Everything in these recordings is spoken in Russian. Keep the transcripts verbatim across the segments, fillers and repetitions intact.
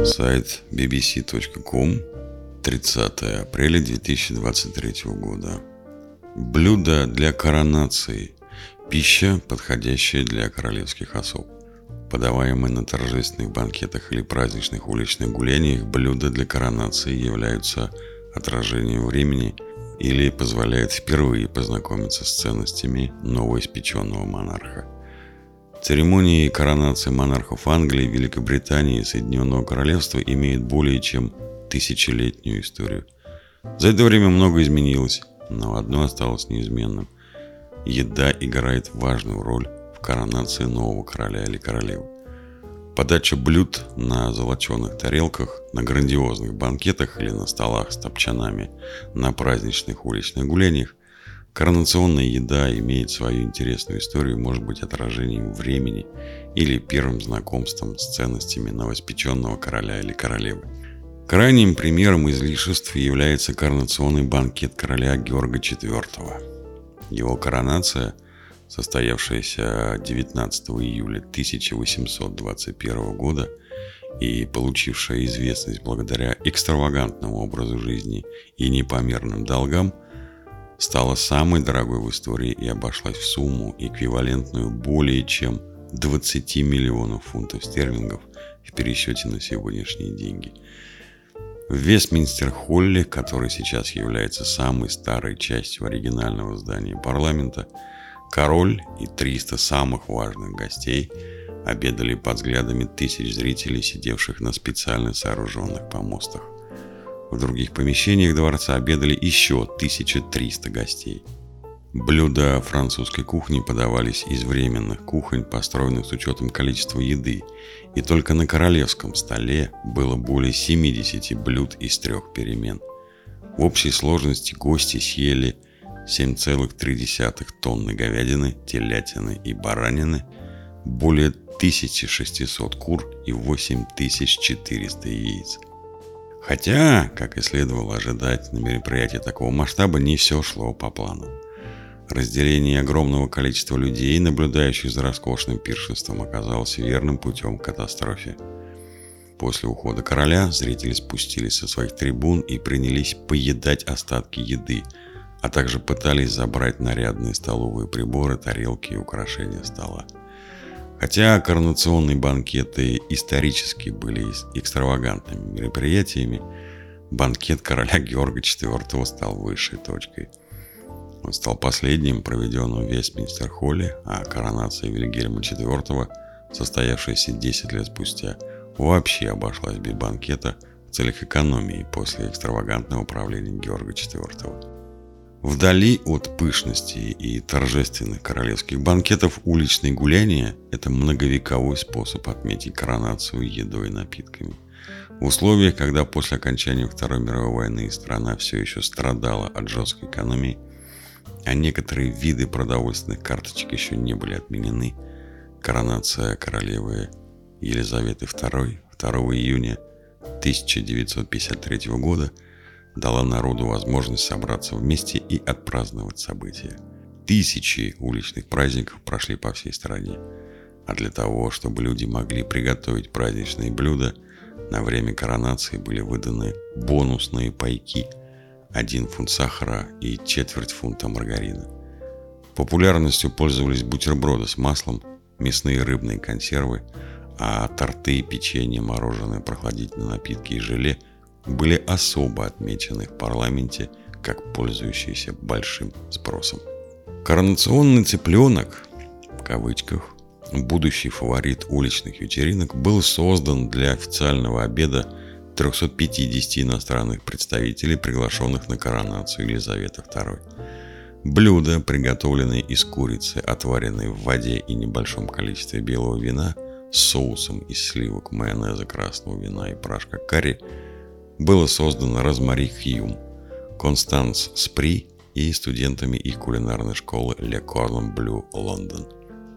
Сайт би би си точка ком, тридцатое апреля две тысячи двадцать третьего года. Блюда для коронации. Пища, подходящая для королевских особ. Подаваемые на торжественных банкетах или праздничных уличных гуляниях, блюда для коронации являются отражением времени или позволяют впервые познакомиться с ценностями новоиспеченного монарха. Церемонии коронации монархов Англии, Великобритании и Соединенного Королевства имеют более чем тысячелетнюю историю. За это время многое изменилось, но одно осталось неизменным. Еда играет важную роль в коронации нового короля или королевы. Подача блюд на золоченых тарелках, на грандиозных банкетах или на столах с топчанами на праздничных уличных гуляниях. Коронационная еда имеет свою интересную историю, может быть отражением времени или первым знакомством с ценностями новоиспеченного короля или королевы. Крайним примером излишеств является коронационный банкет короля Георга четвёртого. Его коронация, состоявшаяся девятнадцатого июля тысяча восемьсот двадцать первого года и получившая известность благодаря экстравагантному образу жизни и непомерным долгам, стала самой дорогой в истории и обошлась в сумму, эквивалентную более чем двадцати миллионов фунтов стерлингов в пересчете на сегодняшние деньги. В Вестминстер-холле, который сейчас является самой старой частью оригинального здания парламента, король и триста самых важных гостей обедали под взглядами тысяч зрителей, сидевших на специально сооруженных помостах. В других помещениях дворца обедали еще тысяча триста гостей. Блюда французской кухни подавались из временных кухонь, построенных с учетом количества еды, и только на королевском столе было более семидесяти блюд из трех перемен. В общей сложности гости съели семь целых три десятых тонны говядины, телятины и баранины, более тысяча шестьсот кур и восемь тысяч четыреста яиц. Хотя, как и следовало ожидать, на мероприятии такого масштаба не все шло по плану. Разделение огромного количества людей, наблюдающих за роскошным пиршеством, оказалось верным путем к катастрофе. После ухода короля зрители спустились со своих трибун и принялись поедать остатки еды, а также пытались забрать нарядные столовые приборы, тарелки и украшения стола. Хотя коронационные банкеты исторически были экстравагантными мероприятиями, банкет короля Георга четвёртого стал высшей точкой. Он стал последним, проведенным в Вестминстер-холле, а коронация Вильгельма четвёртого, состоявшаяся десять лет спустя, вообще обошлась без банкета в целях экономии после экстравагантного правления Георга четвёртого. Вдали от пышности и торжественных королевских банкетов уличные гуляния – это многовековой способ отметить коронацию едой и напитками. В условиях, когда после окончания Второй мировой войны страна все еще страдала от жесткой экономии, а некоторые виды продовольственных карточек еще не были отменены, коронация королевы Елизаветы второй второго июня тысяча девятьсот пятьдесят третьего года дала народу возможность собраться вместе и отпраздновать события. Тысячи уличных праздников прошли по всей стране. А для того, чтобы люди могли приготовить праздничные блюда, на время коронации были выданы бонусные пайки – один фунт сахара и четверть фунта маргарина. Популярностью пользовались бутерброды с маслом, мясные и рыбные консервы, а торты, печенье, мороженое, прохладительные напитки и желе были особо отмечены в парламенте как пользующиеся большим спросом. Коронационный цыпленок, в кавычках, будущий фаворит уличных вечеринок, был создан для официального обеда трёхсот пятидесяти иностранных представителей, приглашенных на коронацию Елизаветы второй. Блюда, приготовленные из курицы, отваренной в воде и небольшом количестве белого вина, с соусом из сливок, майонеза, красного вина и порошка карри, было создано Розмари Хьюм, Констанс Спри и студентами их кулинарной школы Le Cordon Bleu, Лондон.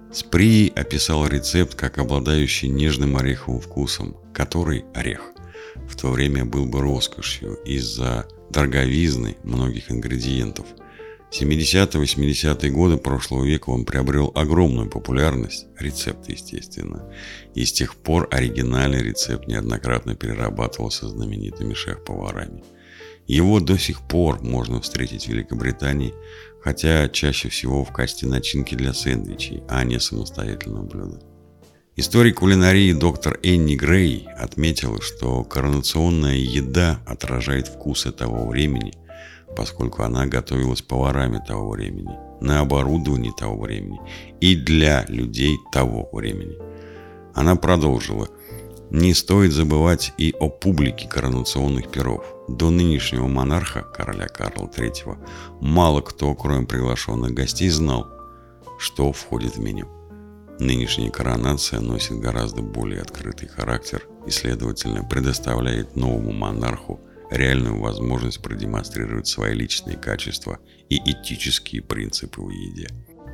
Спри описал рецепт как обладающий нежным ореховым вкусом, который, орех, в то время был бы роскошью из-за дороговизны многих ингредиентов, В семидесятые-восьмидесятые годы прошлого века он приобрел огромную популярность, рецепт, естественно. И с тех пор оригинальный рецепт неоднократно перерабатывался знаменитыми шеф-поварами. Его до сих пор можно встретить в Великобритании, хотя чаще всего в качестве начинки для сэндвичей, а не самостоятельного блюда. Историк кулинарии доктор Энни Грей отметила, что коронационная еда отражает вкусы того времени, поскольку она готовилась поварами того времени, на оборудовании того времени и для людей того времени. Она продолжила: не стоит забывать и о публике коронационных пиров. До нынешнего монарха, короля Карла третьего, мало кто, кроме приглашенных гостей, знал, что входит в меню. Нынешняя коронация носит гораздо более открытый характер и, следовательно, предоставляет новому монарху реальную возможность продемонстрировать свои личные качества и этические принципы в еде.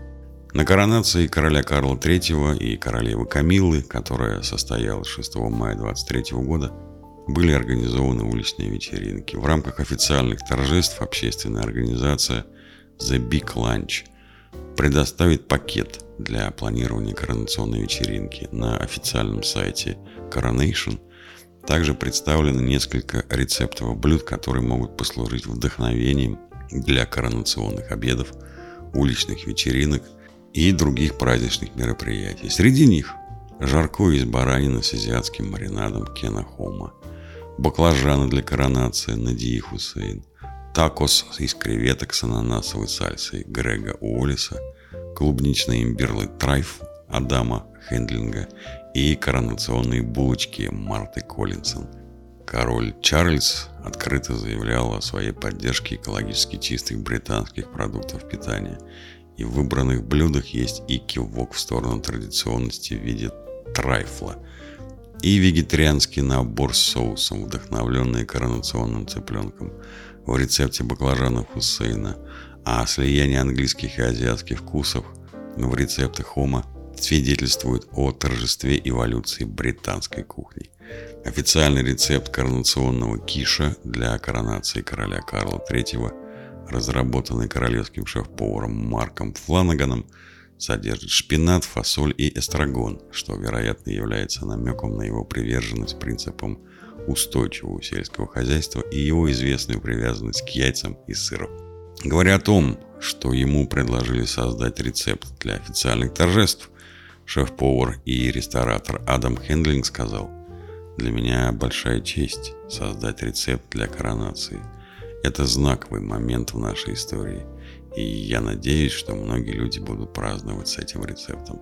На коронации короля Карла третьего и королевы Камиллы, которая состоялась шестого мая двадцать третьего года, были организованы уличные вечеринки. В рамках официальных торжеств общественная организация The Big Lunch предоставит пакет для планирования коронационной вечеринки. На официальном сайте Coronation также представлены несколько рецептов блюд, которые могут послужить вдохновением для коронационных обедов, уличных вечеринок и других праздничных мероприятий. Среди них жаркое из баранины с азиатским маринадом Кена Хома, баклажаны для коронации Надии Хусейн, такос из креветок с ананасовой сальсой Грега Уоллиса, клубнично-имбирный трайф Адама Хендлинга и коронационные булочки Марты Коллинсон. Король Чарльз открыто заявлял о своей поддержке экологически чистых британских продуктов питания. И в выбранных блюдах есть и кивок в сторону традиционности в виде трайфла, и вегетарианский набор с соусом, вдохновленный коронационным цыпленком в рецепте баклажана Хусейна, а слияние английских и азиатских вкусов в рецепте Хома свидетельствует о торжестве эволюции британской кухни. Официальный рецепт коронационного киша для коронации короля Карла третьего, разработанный королевским шеф-поваром Марком Фланаганом, содержит шпинат, фасоль и эстрагон, что, вероятно, является намеком на его приверженность принципам устойчивого сельского хозяйства и его известную привязанность к яйцам и сыру. Говоря о том, что ему предложили создать рецепт для официальных торжеств, шеф-повар и ресторатор Адам Хендлинг сказал: «Для меня большая честь создать рецепт для коронации. Это знаковый момент в нашей истории, и я надеюсь, что многие люди будут праздновать с этим рецептом».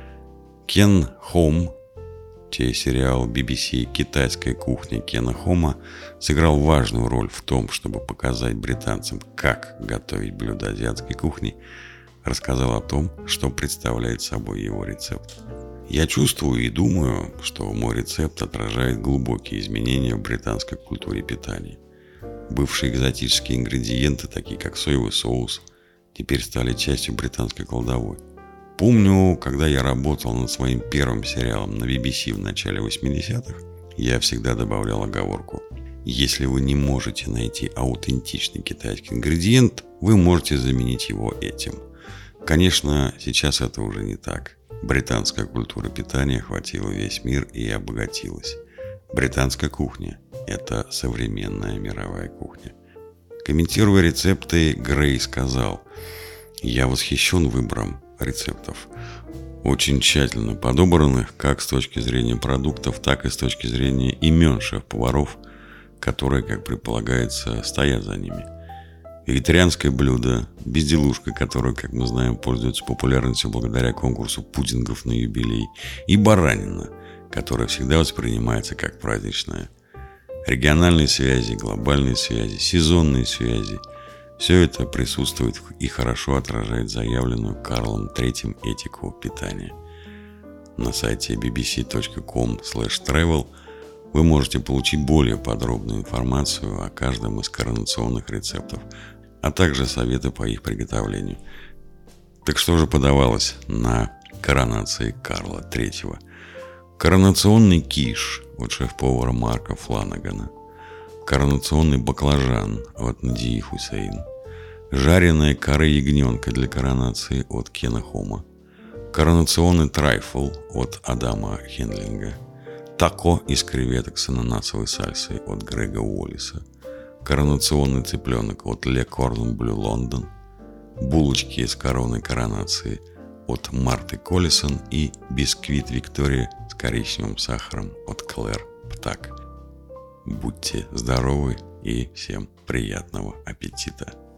Кен Хом, чей сериал би би си «Китайская кухня» Кена Хома сыграл важную роль в том, чтобы показать британцам, как готовить блюда азиатской кухни, рассказал о том, что представляет собой его рецепт. «Я чувствую и думаю, что мой рецепт отражает глубокие изменения в британской культуре питания. Бывшие экзотические ингредиенты, такие как соевый соус, теперь стали частью британской кладовой. Помню, когда я работал над своим первым сериалом на би би си в начале восьмидесятых, я всегда добавлял оговорку: если вы не можете найти аутентичный китайский ингредиент, вы можете заменить его этим. Конечно, сейчас это уже не так. Британская культура питания охватила весь мир и обогатилась. Британская кухня – это современная мировая кухня». Комментируя рецепты, Грей сказал: «Я восхищен выбором рецептов, очень тщательно подобранных как с точки зрения продуктов, так и с точки зрения имен шеф-поваров, которые, как предполагается, стоят за ними. Вегетарианское блюдо, безделушка, которая, как мы знаем, пользуется популярностью благодаря конкурсу пудингов на юбилей, и баранина, которая всегда воспринимается как праздничная. Региональные связи, глобальные связи, сезонные связи – все это присутствует и хорошо отражает заявленную Карлом третьим этику питания». На сайте би би си точка ком слэш тревел вы можете получить более подробную информацию о каждом из коронационных рецептов, а также советы по их приготовлению. Так что же подавалось на коронации Карла третьего? Коронационный киш от шеф-повара Марка Фланагана, коронационный баклажан от Надии Хусейн, жареные коры ягненка для коронации от Кена Хома, коронационный трайфл от Адама Хендлинга, тако из креветок с ананасовой сальсой от Грега Уоллиса, коронационный цыпленок от Le Cordon Bleu London, булочки из короны коронации от Марты Коллисон и бисквит Виктория с коричневым сахаром от Клэр Птак. Будьте здоровы и всем приятного аппетита!